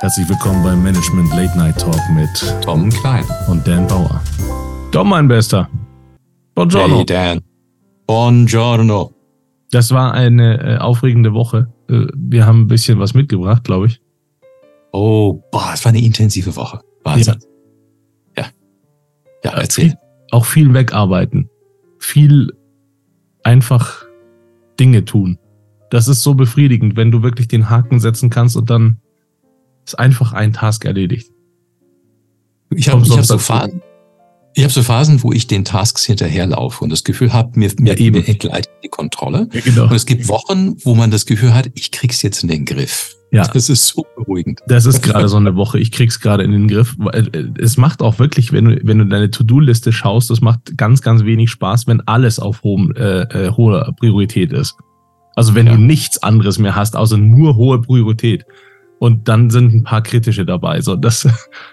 Herzlich willkommen beim Management Late Night Talk mit Tom Klein und Dan Bauer. Tom, mein Bester. Buongiorno. Hey Dan. Buongiorno. Das war eine aufregende Woche. Wir haben ein bisschen was mitgebracht, glaube ich. Oh, es war eine intensive Woche. Wahnsinn. Ja, erzähl. Auch viel wegarbeiten. Viel einfach Dinge tun. Das ist so befriedigend, wenn du wirklich den Haken setzen kannst und dann ist einfach ein Task erledigt. Ich habe so Phasen, wo ich den Tasks hinterherlaufe und das Gefühl habe, mir entgleitet die Kontrolle. Ja, genau. Und es gibt Wochen, wo man das Gefühl hat, ich krieg's jetzt in den Griff. Ja. Das ist so beruhigend. Das ist gerade so eine Woche, ich krieg's gerade in den Griff. Es macht auch wirklich, wenn du deine To-Do-Liste schaust, das macht ganz, ganz wenig Spaß, wenn alles auf hoher Priorität ist. Also wenn du nichts anderes mehr hast, außer nur hohe Priorität. Und dann sind ein paar kritische dabei. So, das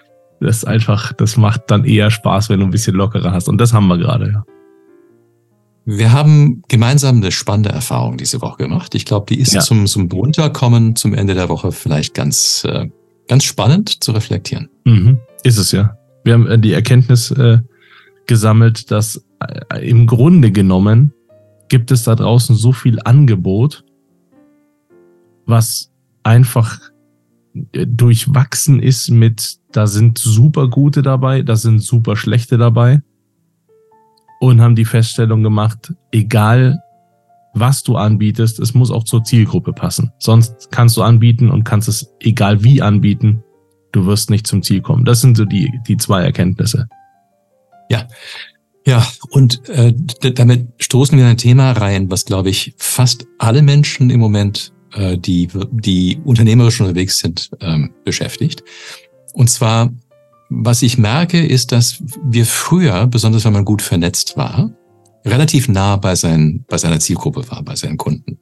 macht dann eher Spaß, wenn du ein bisschen lockerer hast. Und das haben wir gerade, ja. Wir haben gemeinsam eine spannende Erfahrung diese Woche gemacht. Ich glaube, die ist zum Runterkommen zum Ende der Woche vielleicht ganz spannend zu reflektieren. Ist es ja. Wir haben die Erkenntnis gesammelt, dass im Grunde genommen gibt es da draußen so viel Angebot, was einfach durchwachsen ist mit, da sind super gute dabei, da sind super schlechte dabei, und haben die Feststellung gemacht, egal was du anbietest, es muss auch zur Zielgruppe passen. Sonst kannst du anbieten und kannst es egal wie anbieten, du wirst nicht zum Ziel kommen. Das sind so die zwei Erkenntnisse. Ja, und damit stoßen wir in ein Thema rein, was, glaube ich, fast alle Menschen im Moment die unternehmerisch unterwegs sind, beschäftigt. Und zwar, was ich merke, ist, dass wir früher, besonders wenn man gut vernetzt war, relativ nah bei seiner Zielgruppe war, bei seinen Kunden.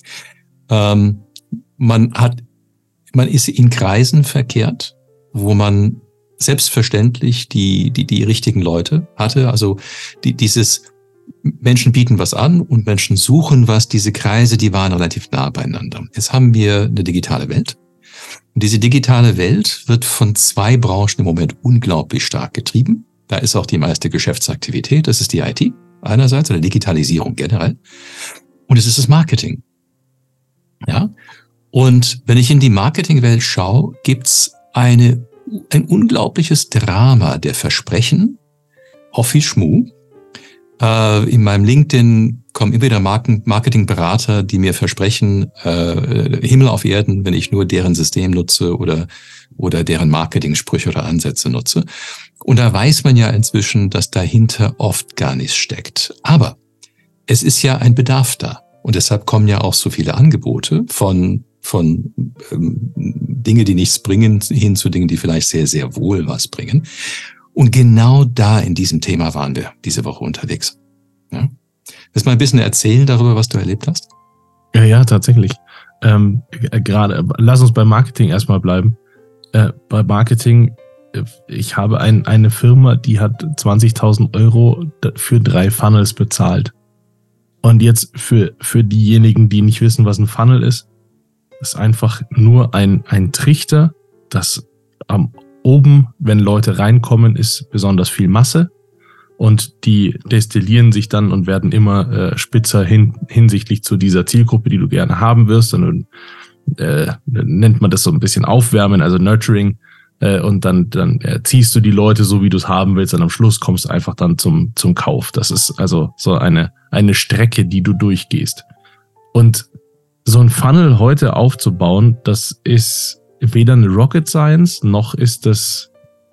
Man ist in Kreisen verkehrt, wo man selbstverständlich die richtigen Leute hatte. Also dieses Menschen bieten was an und Menschen suchen was. Diese Kreise, die waren relativ nah beieinander. Jetzt haben wir eine digitale Welt. Und diese digitale Welt wird von zwei Branchen im Moment unglaublich stark getrieben. Da ist auch die meiste Geschäftsaktivität. Das ist die IT einerseits oder Digitalisierung generell. Und es ist das Marketing. Ja. Und wenn ich in die Marketingwelt schaue, gibt's ein unglaubliches Drama der Versprechen, auch viel Schmuh. In meinem LinkedIn kommen immer wieder Marketingberater, die mir versprechen, Himmel auf Erden, wenn ich nur deren System nutze oder deren Marketing-Sprüche oder Ansätze nutze. Und da weiß man ja inzwischen, dass dahinter oft gar nichts steckt. Aber es ist ja ein Bedarf da. Und deshalb kommen ja auch so viele Angebote von Dinge, die nichts bringen, hin zu Dingen, die vielleicht sehr, sehr wohl was bringen. Und genau da in diesem Thema waren wir diese Woche unterwegs. Ja? Willst du mal ein bisschen erzählen darüber, was du erlebt hast? Ja, tatsächlich. Gerade, lass uns bei Marketing erstmal bleiben. Bei Marketing, ich habe eine Firma, die hat 20.000 Euro für 3 Funnels bezahlt. Und jetzt für diejenigen, die nicht wissen, was ein Funnel ist einfach nur ein Trichter, das oben, wenn Leute reinkommen, ist besonders viel Masse und die destillieren sich dann und werden immer spitzer hinsichtlich zu dieser Zielgruppe, die du gerne haben wirst. Und nennt man das so ein bisschen Aufwärmen, also Nurturing. Und dann ziehst du die Leute so, wie du es haben willst. Und am Schluss kommst du einfach dann zum Kauf. Das ist also so eine Strecke, die du durchgehst. Und so ein Funnel heute aufzubauen, das ist weder eine Rocket Science, noch ist das,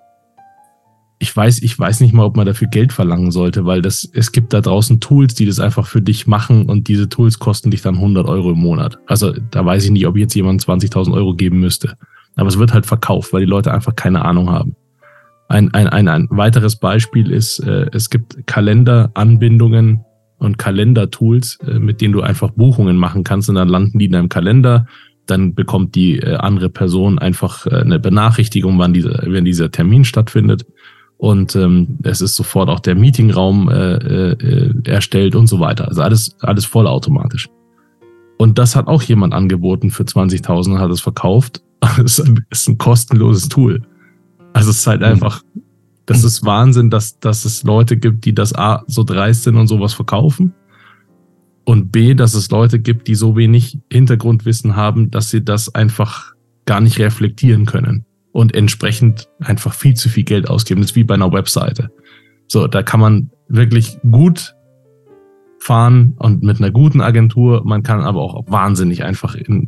ich weiß nicht mal, ob man dafür Geld verlangen sollte, weil es gibt da draußen Tools, die das einfach für dich machen und diese Tools kosten dich dann 100 Euro im Monat. Also da weiß ich nicht, ob jetzt jemand 20.000 Euro geben müsste. Aber es wird halt verkauft, weil die Leute einfach keine Ahnung haben. Ein weiteres Beispiel ist, es gibt Kalenderanbindungen und Kalendertools, mit denen du einfach Buchungen machen kannst und dann landen die in deinem Kalender. Dann bekommt die andere Person einfach eine Benachrichtigung, wann dieser Termin stattfindet. Und es ist sofort auch der Meetingraum erstellt und so weiter. Also alles vollautomatisch. Und das hat auch jemand angeboten für 20.000 und hat es verkauft. Es ist ein kostenloses Tool. Also es ist halt einfach, das ist Wahnsinn, dass es Leute gibt, die das A, so dreist sind und sowas verkaufen. Und B, dass es Leute gibt, die so wenig Hintergrundwissen haben, dass sie das einfach gar nicht reflektieren können. Und entsprechend einfach viel zu viel Geld ausgeben. Das ist wie bei einer Webseite. So, da kann man wirklich gut fahren und mit einer guten Agentur. Man kann aber auch wahnsinnig einfach in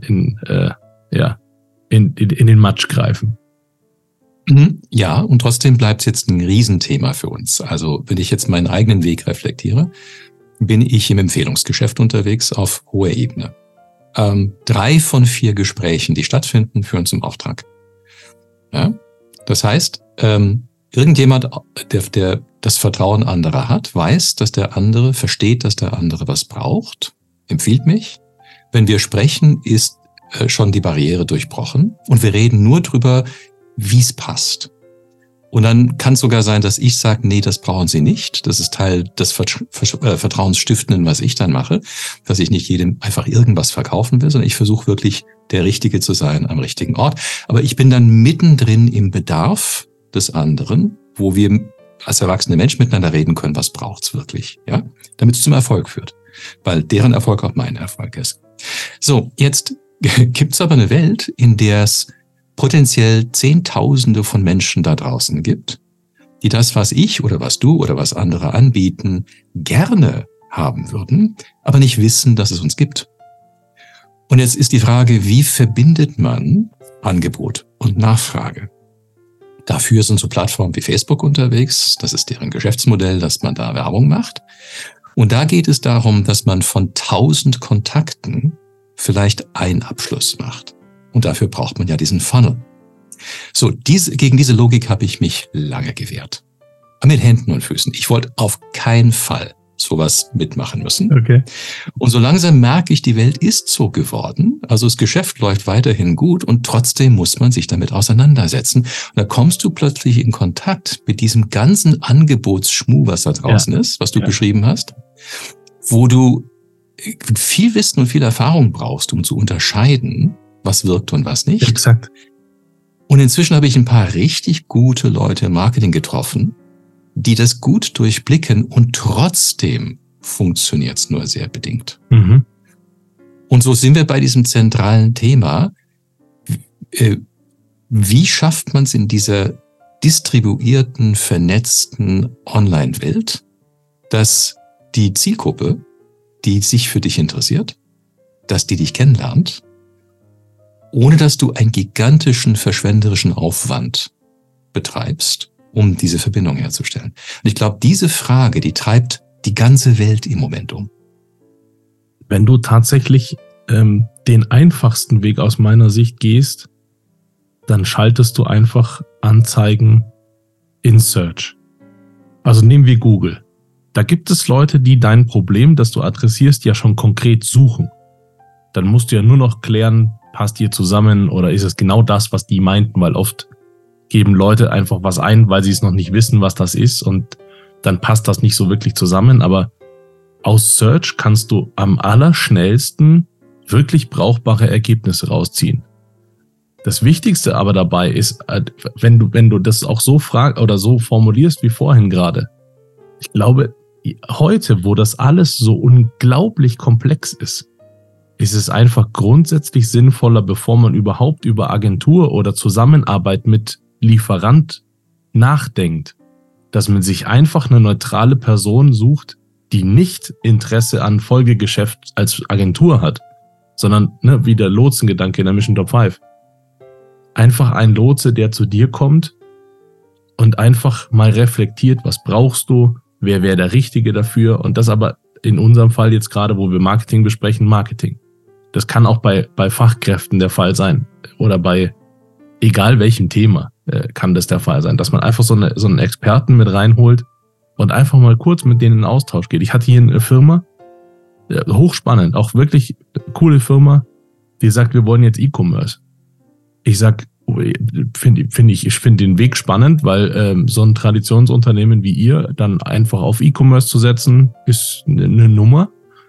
den Matsch greifen. Ja, und trotzdem bleibt es jetzt ein Riesenthema für uns. Also wenn ich jetzt meinen eigenen Weg reflektiere, bin ich im Empfehlungsgeschäft unterwegs auf hoher Ebene. 3 von 4 Gesprächen, die stattfinden, führen zum Auftrag. Ja? Das heißt, irgendjemand, der das Vertrauen anderer hat, weiß, dass der andere versteht, dass der andere was braucht, empfiehlt mich. Wenn wir sprechen, ist schon die Barriere durchbrochen und wir reden nur drüber, wie es passt. Und dann kann es sogar sein, dass ich sage, nee, das brauchen Sie nicht. Das ist Teil des Vertrauensstiftenden, was ich dann mache, dass ich nicht jedem einfach irgendwas verkaufen will, sondern ich versuche wirklich, der Richtige zu sein am richtigen Ort. Aber ich bin dann mittendrin im Bedarf des anderen, wo wir als erwachsene Menschen miteinander reden können, was braucht's wirklich, ja, damit es zum Erfolg führt. Weil deren Erfolg auch mein Erfolg ist. So, jetzt gibt's aber eine Welt, in der es potenziell Zehntausende von Menschen da draußen gibt, die das, was ich oder was du oder was andere anbieten, gerne haben würden, aber nicht wissen, dass es uns gibt. Und jetzt ist die Frage, wie verbindet man Angebot und Nachfrage? Dafür sind so Plattformen wie Facebook unterwegs. Das ist deren Geschäftsmodell, dass man da Werbung macht. Und da geht es darum, dass man von 1000 Kontakten vielleicht einen Abschluss macht. Und dafür braucht man ja diesen Funnel. So, gegen diese Logik habe ich mich lange gewehrt. Mit Händen und Füßen. Ich wollte auf keinen Fall sowas mitmachen müssen. Okay. Und so langsam merke ich, die Welt ist so geworden. Also das Geschäft läuft weiterhin gut und trotzdem muss man sich damit auseinandersetzen. Und da kommst du plötzlich in Kontakt mit diesem ganzen Angebotsschmuh, was da draußen ist, was du beschrieben hast, wo du viel Wissen und viel Erfahrung brauchst, um zu unterscheiden, was wirkt und was nicht. Exakt. Und inzwischen habe ich ein paar richtig gute Leute im Marketing getroffen, die das gut durchblicken und trotzdem funktioniert es nur sehr bedingt. Mhm. Und so sind wir bei diesem zentralen Thema. Wie schafft man es in dieser distribuierten, vernetzten Online-Welt, dass die Zielgruppe, die sich für dich interessiert, dass die dich kennenlernt, ohne dass du einen gigantischen verschwenderischen Aufwand betreibst, um diese Verbindung herzustellen. Und ich glaube, diese Frage, die treibt die ganze Welt im Moment um. Wenn du tatsächlich den einfachsten Weg aus meiner Sicht gehst, dann schaltest du einfach Anzeigen in Search. Also nehmen wir Google. Da gibt es Leute, die dein Problem, das du adressierst, ja schon konkret suchen. Dann musst du ja nur noch klären, passt ihr zusammen oder ist es genau das, was die meinten, weil oft geben Leute einfach was ein, weil sie es noch nicht wissen, was das ist und dann passt das nicht so wirklich zusammen. Aber aus Search kannst du am allerschnellsten wirklich brauchbare Ergebnisse rausziehen. Das Wichtigste aber dabei ist, wenn du das auch so fragst oder so formulierst wie vorhin gerade. Ich glaube, heute, wo das alles so unglaublich komplex ist es einfach grundsätzlich sinnvoller, bevor man überhaupt über Agentur oder Zusammenarbeit mit Lieferant nachdenkt, dass man sich einfach eine neutrale Person sucht, die nicht Interesse an Folgegeschäft als Agentur hat, sondern wie der Lotsengedanke in der Mission Top 5. Einfach ein Lotse, der zu dir kommt und einfach mal reflektiert, was brauchst du, wer wäre der Richtige dafür und das aber in unserem Fall jetzt gerade, wo wir Marketing besprechen, Marketing. Das kann auch bei Fachkräften der Fall sein oder bei egal welchem Thema kann das der Fall sein, dass man einfach so einen Experten mit reinholt und einfach mal kurz mit denen in Austausch geht. Ich hatte hier eine Firma, hochspannend, auch wirklich coole Firma, die sagt, wir wollen jetzt E-Commerce. Ich sag, ich finde den Weg spannend, weil so ein Traditionsunternehmen wie ihr dann einfach auf E-Commerce zu setzen, ist eine Nummer.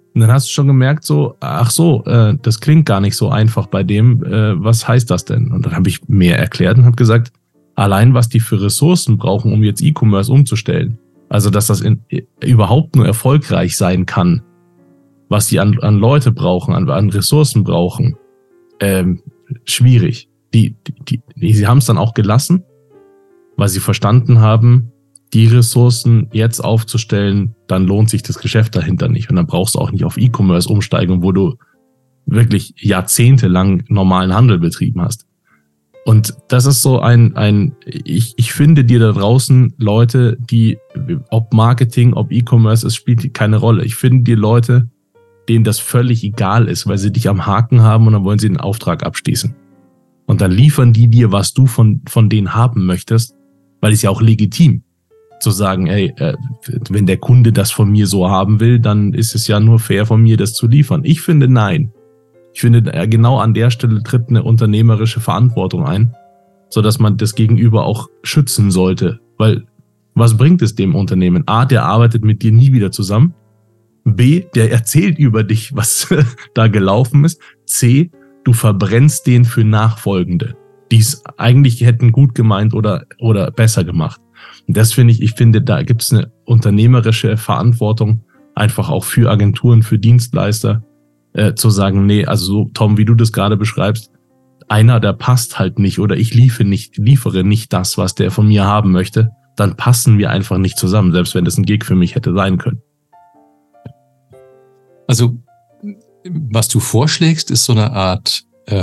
Und dann hast du schon gemerkt, so, ach so, das klingt gar nicht so einfach bei dem. Was heißt das denn? Und dann habe ich mehr erklärt und habe gesagt, allein was die für Ressourcen brauchen, um jetzt E-Commerce umzustellen, also dass das überhaupt nur erfolgreich sein kann, was die an Leute brauchen, an Ressourcen brauchen, schwierig. Sie haben es dann auch gelassen, weil sie verstanden haben, die Ressourcen jetzt aufzustellen, dann lohnt sich das Geschäft dahinter nicht. Und dann brauchst du auch nicht auf E-Commerce umsteigen, wo du wirklich jahrzehntelang normalen Handel betrieben hast. Und das ist so ich finde dir da draußen Leute, die, ob Marketing, ob E-Commerce, es spielt keine Rolle. Ich finde dir Leute, denen das völlig egal ist, weil sie dich am Haken haben und dann wollen sie den Auftrag abschließen. Und dann liefern die dir, was du von denen haben möchtest, weil es ja auch legitim zu sagen, ey, wenn der Kunde das von mir so haben will, dann ist es ja nur fair von mir, das zu liefern. Ich finde, nein. Ich finde, genau an der Stelle tritt eine unternehmerische Verantwortung ein, sodass man das Gegenüber auch schützen sollte. Weil, was bringt es dem Unternehmen? A, der arbeitet mit dir nie wieder zusammen. B, der erzählt über dich, was da gelaufen ist. C, du verbrennst den für Nachfolgende, die es eigentlich hätten gut gemeint oder besser gemacht. Und das ich finde, da gibt es eine unternehmerische Verantwortung, einfach auch für Agenturen, für Dienstleister, zu sagen, nee, also so, Tom, wie du das gerade beschreibst, einer, der passt halt nicht oder ich liefere nicht das, was der von mir haben möchte, dann passen wir einfach nicht zusammen, selbst wenn das ein Gig für mich hätte sein können. Also, was du vorschlägst, ist so eine Art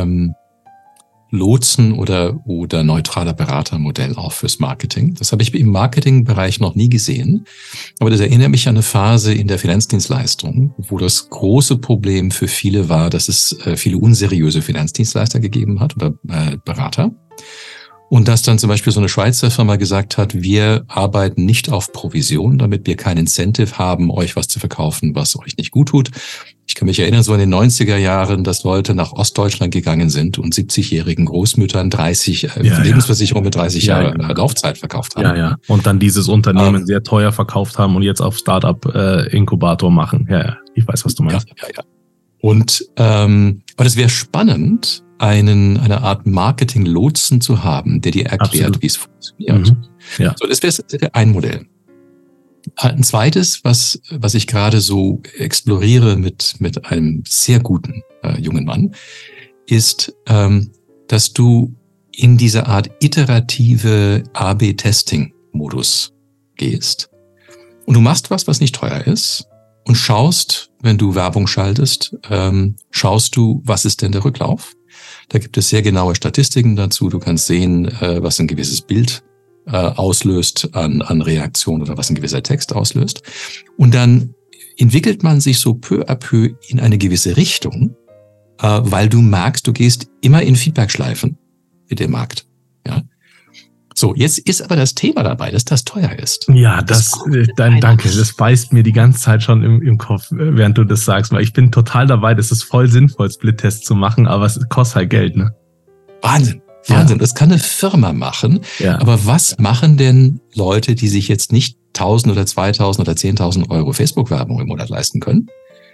Lotsen oder neutraler Beratermodell auch fürs Marketing. Das habe ich im Marketingbereich noch nie gesehen. Aber das erinnert mich an eine Phase in der Finanzdienstleistung, wo das große Problem für viele war, dass es viele unseriöse Finanzdienstleister gegeben hat oder Berater. Und dass dann zum Beispiel so eine Schweizer Firma gesagt hat, wir arbeiten nicht auf Provision, damit wir kein Incentive haben, euch was zu verkaufen, was euch nicht gut tut. Ich kann mich erinnern, so in den 90er Jahren, dass Leute nach Ostdeutschland gegangen sind und 70-jährigen Großmüttern Lebensversicherung mit 30 Jahren Laufzeit verkauft haben. Ja, ja. Und dann dieses Unternehmen sehr teuer verkauft haben und jetzt auf Startup-Inkubator machen. Ja, ich weiß, was du meinst. Ja. Und aber das wäre spannend, eine Art Marketing-Lotsen zu haben, der dir erklärt, wie es funktioniert. Mhm. Ja. So, das wäre ein Modell. Ein zweites, was ich gerade so exploriere mit einem sehr guten jungen Mann, ist, dass du in diese Art iterative A/B-Testing-Modus gehst. Und du machst was nicht teuer ist und schaust, wenn du Werbung schaltest, schaust du, was ist denn der Rücklauf? Da gibt es sehr genaue Statistiken dazu. Du kannst sehen, was ein gewisses Bild auslöst an Reaktion oder was ein gewisser Text auslöst. Und dann entwickelt man sich so peu à peu in eine gewisse Richtung, weil du merkst, du gehst immer in Feedback-Schleifen mit dem Markt. Ja. So, jetzt ist aber das Thema dabei, dass das teuer ist. Ja, danke. Das beißt mir die ganze Zeit schon im Kopf, während du das sagst, weil ich bin total dabei, das ist voll sinnvoll, Split-Tests zu machen, aber es kostet halt Geld, ne? Wahnsinn. Ja. Das kann eine Firma machen. Ja. Aber was machen denn Leute, die sich jetzt nicht 1.000 oder 2.000 oder 10.000 Euro Facebook-Werbung im Monat leisten können?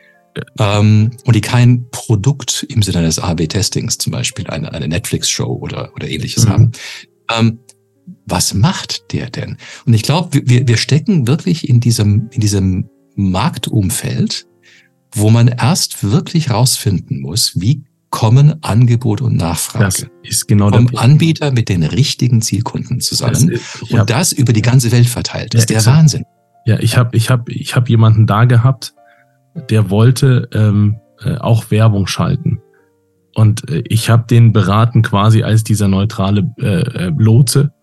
Und die kein Produkt im Sinne eines A/B-Testings, zum Beispiel eine Netflix-Show oder ähnliches haben. Was macht der denn? Und ich glaube, wir stecken wirklich in diesem Marktumfeld, wo man erst wirklich rausfinden muss, wie kommen Angebot und Nachfrage. Das ist genau vom Anbieter mit den richtigen Zielkunden zusammen und das über die ganze Welt verteilt. Das ist der Wahnsinn. Ja, ich hab jemanden da gehabt, der wollte auch Werbung schalten. Und ich habe den beraten quasi als dieser neutrale Lotse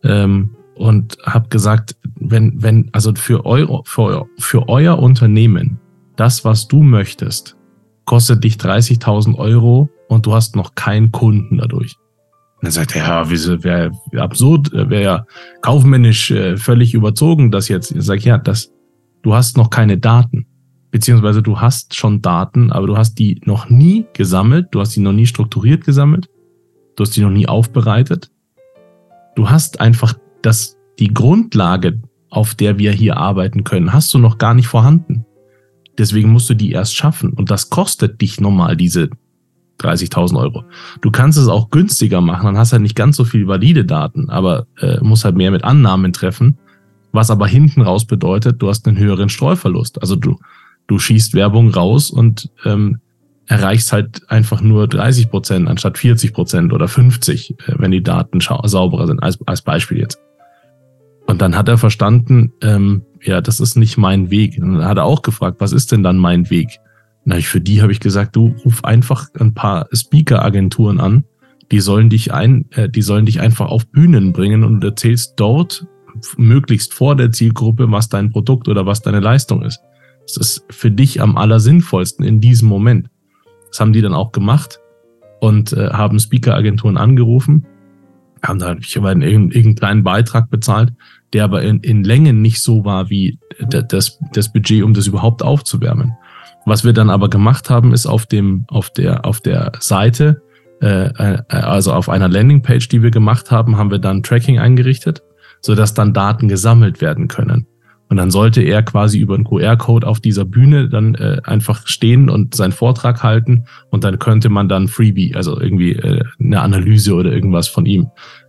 und habe gesagt, wenn also für euer Unternehmen das, was du möchtest, kostet dich 30.000 Euro und du hast noch keinen Kunden dadurch. Und dann sagt er, ja, wieso, wäre absurd, wäre ja kaufmännisch völlig überzogen, das jetzt. Ich sage, ja, du hast noch keine Daten. Beziehungsweise du hast schon Daten, aber du hast die noch nie gesammelt, du hast die noch nie strukturiert gesammelt, du hast die noch nie aufbereitet. Du hast einfach die Grundlage, auf der wir hier arbeiten können, hast du noch gar nicht vorhanden. Deswegen musst du die erst schaffen. Und das kostet dich normal diese 30.000 Euro. Du kannst es auch günstiger machen, dann hast du halt nicht ganz so viel valide Daten, aber musst halt mehr mit Annahmen treffen, was aber hinten raus bedeutet, du hast einen höheren Streuverlust. Also du schießt Werbung raus und erreichst halt einfach nur 30% anstatt 40% oder 50%, wenn die Daten sauberer sind, als Beispiel jetzt. Und dann hat er verstanden, ja, das ist nicht mein Weg. Und dann hat er auch gefragt, was ist denn dann mein Weg? Für die habe ich gesagt, du ruf einfach ein paar Speaker-Agenturen an, die sollen dich einfach auf Bühnen bringen und du erzählst dort möglichst vor der Zielgruppe, was dein Produkt oder was deine Leistung ist. Das ist für dich am allersinnvollsten in diesem Moment. Das haben die dann auch gemacht und haben Speaker-Agenturen angerufen, haben da irgendeinen kleinen Beitrag bezahlt, der aber in Längen nicht so war wie das Budget, um das überhaupt aufzuwärmen. Was wir dann aber gemacht haben, ist auf der Seite, also auf einer Landingpage, die wir gemacht haben, haben wir dann Tracking eingerichtet, sodass dann Daten gesammelt werden können. Und dann sollte er quasi über einen QR-Code auf dieser Bühne dann einfach stehen und seinen Vortrag halten und dann könnte man dann Freebie, also irgendwie eine Analyse oder irgendwas von ihm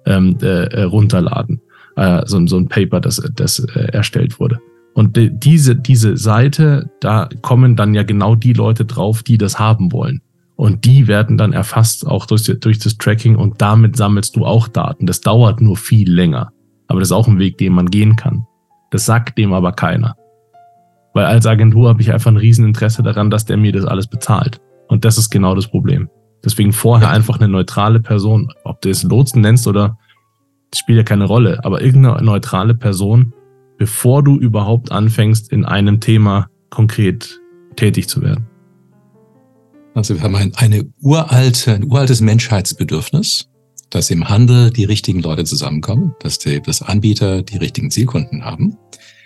runterladen. So ein Paper, das erstellt wurde. Und diese Seite, da kommen dann ja genau die Leute drauf, die das haben wollen. Und die werden dann erfasst auch durch das Tracking und damit sammelst du auch Daten. Das dauert nur viel länger. Aber das ist auch ein Weg, den man gehen kann. Das sagt dem aber keiner. Weil als Agentur habe ich einfach ein Rieseninteresse daran, dass der mir das alles bezahlt. Und das ist genau das Problem. Deswegen vorher einfach eine neutrale Person, ob du es Lotsen nennst oder, das spielt ja keine Rolle, aber irgendeine neutrale Person, bevor du überhaupt anfängst, in einem Thema konkret tätig zu werden. Also wir haben ein uraltes Menschheitsbedürfnis, dass im Handel die richtigen Leute zusammenkommen, dass Anbieter die richtigen Zielkunden haben.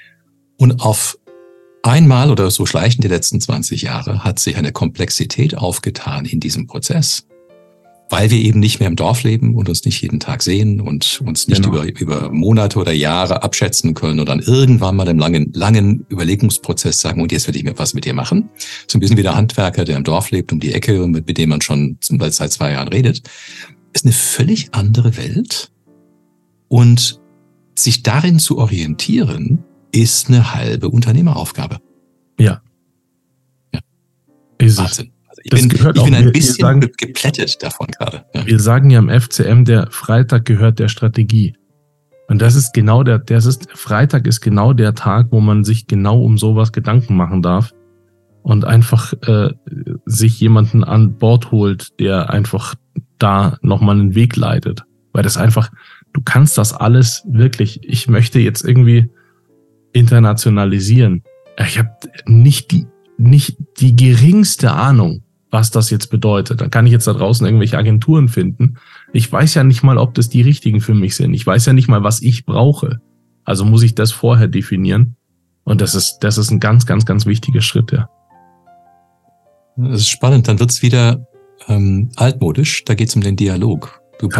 Und auf einmal oder so schleichend die letzten 20 Jahre hat sich eine Komplexität aufgetan in diesem Prozess, weil wir eben nicht mehr im Dorf leben und uns nicht jeden Tag sehen und uns nicht über Monate oder Jahre abschätzen können und dann irgendwann mal im langen Überlegungsprozess sagen, und jetzt will ich mir was mit dir machen. So ein bisschen wie der Handwerker, der im Dorf lebt, um die Ecke und mit dem man schon seit 2 Jahren redet. Ist eine völlig andere Welt und sich darin zu orientieren, ist eine halbe Unternehmeraufgabe. Ja. Wahnsinn. Ich bin ein bisschen geplättet davon gerade. Ja. Wir sagen ja im FCM, der Freitag gehört der Strategie. Und das ist genau Freitag ist genau der Tag, wo man sich genau um sowas Gedanken machen darf und einfach sich jemanden an Bord holt, der einfach da nochmal einen Weg leitet. Weil das einfach, du kannst das alles wirklich, ich möchte jetzt irgendwie internationalisieren. Ich habe nicht die geringste Ahnung, was das jetzt bedeutet. Dann kann ich jetzt da draußen irgendwelche Agenturen finden. Ich weiß ja nicht mal, ob das die richtigen für mich sind. Ich weiß ja nicht mal, was ich brauche. Also muss ich das vorher definieren. Und das ist ein ganz, ganz, ganz wichtiger Schritt, ja. Das ist spannend. Dann wird's wieder altmodisch. Da geht's um den Dialog. Du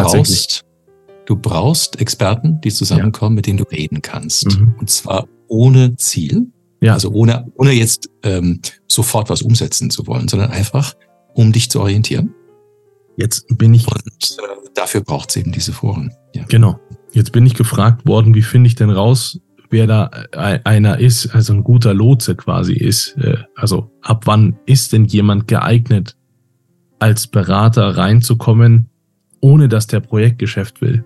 brauchst Experten, die zusammenkommen, mit denen du reden kannst. Mhm. Und zwar ohne Ziel. Ja. Also ohne jetzt sofort was umsetzen zu wollen, sondern einfach, um dich zu orientieren. Jetzt bin ich... Und dafür braucht es eben diese Foren. Ja. Genau. Jetzt bin ich gefragt worden, wie finde ich denn raus, wer da einer ist, also ein guter Lotse quasi ist. Also ab wann ist denn jemand geeignet, als Berater reinzukommen, ohne dass der Projektgeschäft will?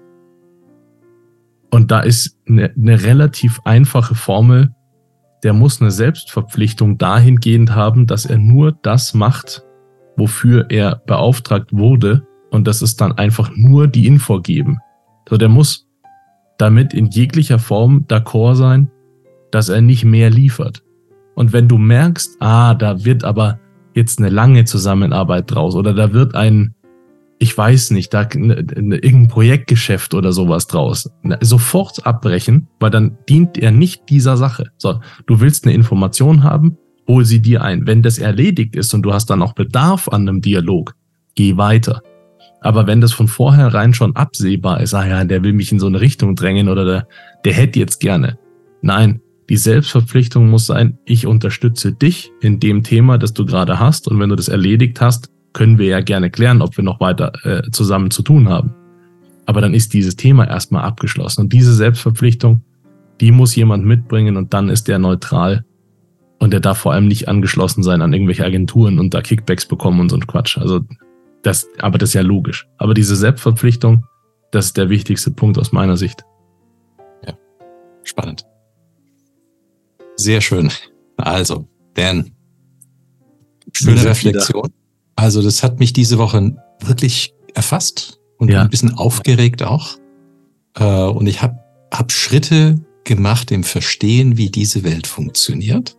Und da ist eine relativ einfache Formel. Der muss eine Selbstverpflichtung dahingehend haben, dass er nur das macht, wofür er beauftragt wurde. Und das ist dann einfach nur die Info geben. So, der muss damit in jeglicher Form d'accord sein, dass er nicht mehr liefert. Und wenn du merkst, da wird aber jetzt eine lange Zusammenarbeit draus oder da wird ich weiß nicht, irgendein Projektgeschäft oder sowas draus. Sofort abbrechen, weil dann dient er nicht dieser Sache. So, du willst eine Information haben, hol sie dir ein. Wenn das erledigt ist und du hast dann auch Bedarf an einem Dialog, geh weiter. Aber wenn das von vornherein schon absehbar ist, der will mich in so eine Richtung drängen oder der hätte jetzt gerne. Nein, Die Selbstverpflichtung muss sein, ich unterstütze dich in dem Thema, das du gerade hast. Und wenn du das erledigt hast, können wir ja gerne klären, ob wir noch weiter zusammen zu tun haben. Aber dann ist dieses Thema erstmal abgeschlossen. Und diese Selbstverpflichtung, die muss jemand mitbringen und dann ist der neutral. Und der darf vor allem nicht angeschlossen sein an irgendwelche Agenturen und da Kickbacks bekommen und so ein Quatsch. Aber das ist ja logisch. Aber diese Selbstverpflichtung, das ist der wichtigste Punkt aus meiner Sicht. Ja, spannend. Sehr schön. Also, Dan, schöne Reflexion. Also, das hat mich diese Woche wirklich erfasst und ein bisschen aufgeregt auch. Und ich hab Schritte gemacht im Verstehen, wie diese Welt funktioniert.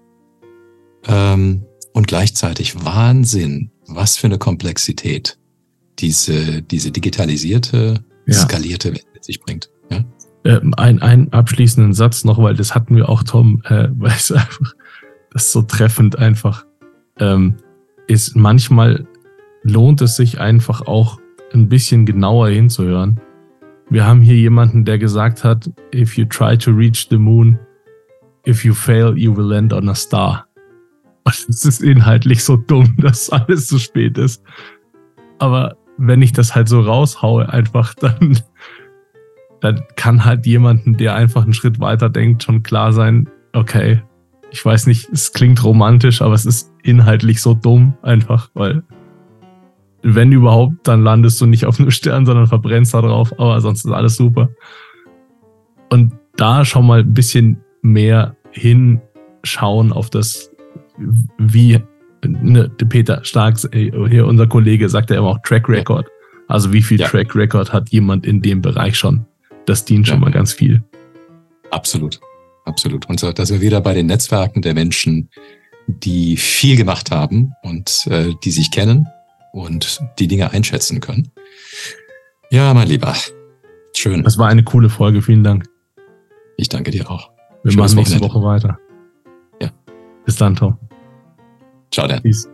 Und gleichzeitig Wahnsinn, was für eine Komplexität diese digitalisierte, skalierte Welt mit sich bringt. Ja? Einen abschließenden Satz noch, weil das hatten wir auch, Tom, weil es einfach, das ist so treffend einfach, ist manchmal lohnt es sich einfach auch ein bisschen genauer hinzuhören. Wir haben hier jemanden, der gesagt hat, if you try to reach the moon, if you fail, you will land on a star. Und es ist inhaltlich so dumm, dass alles zu spät ist. Aber wenn ich das halt so raushaue, einfach, dann kann halt jemanden, der einfach einen Schritt weiter denkt, schon klar sein, okay, ich weiß nicht, es klingt romantisch, aber es ist inhaltlich so dumm einfach, weil wenn überhaupt, dann landest du nicht auf einem Stern, sondern verbrennst da drauf, aber sonst ist alles super. Und da schon mal ein bisschen mehr hinschauen auf das, wie Peter Starks, hier unser Kollege, sagt ja immer auch Track Record. Also wie viel Track Record hat jemand in dem Bereich schon? Das dient schon mal ganz viel. Absolut, absolut. Und so, dass wir wieder bei den Netzwerken der Menschen, die viel gemacht haben und die sich kennen und die Dinge einschätzen können. Ja, mein Lieber, schön. Das war eine coole Folge, vielen Dank. Ich danke dir auch. Wir machen nächste Woche weiter. Ja. Bis dann, Tom. Ciao, Dan. Peace.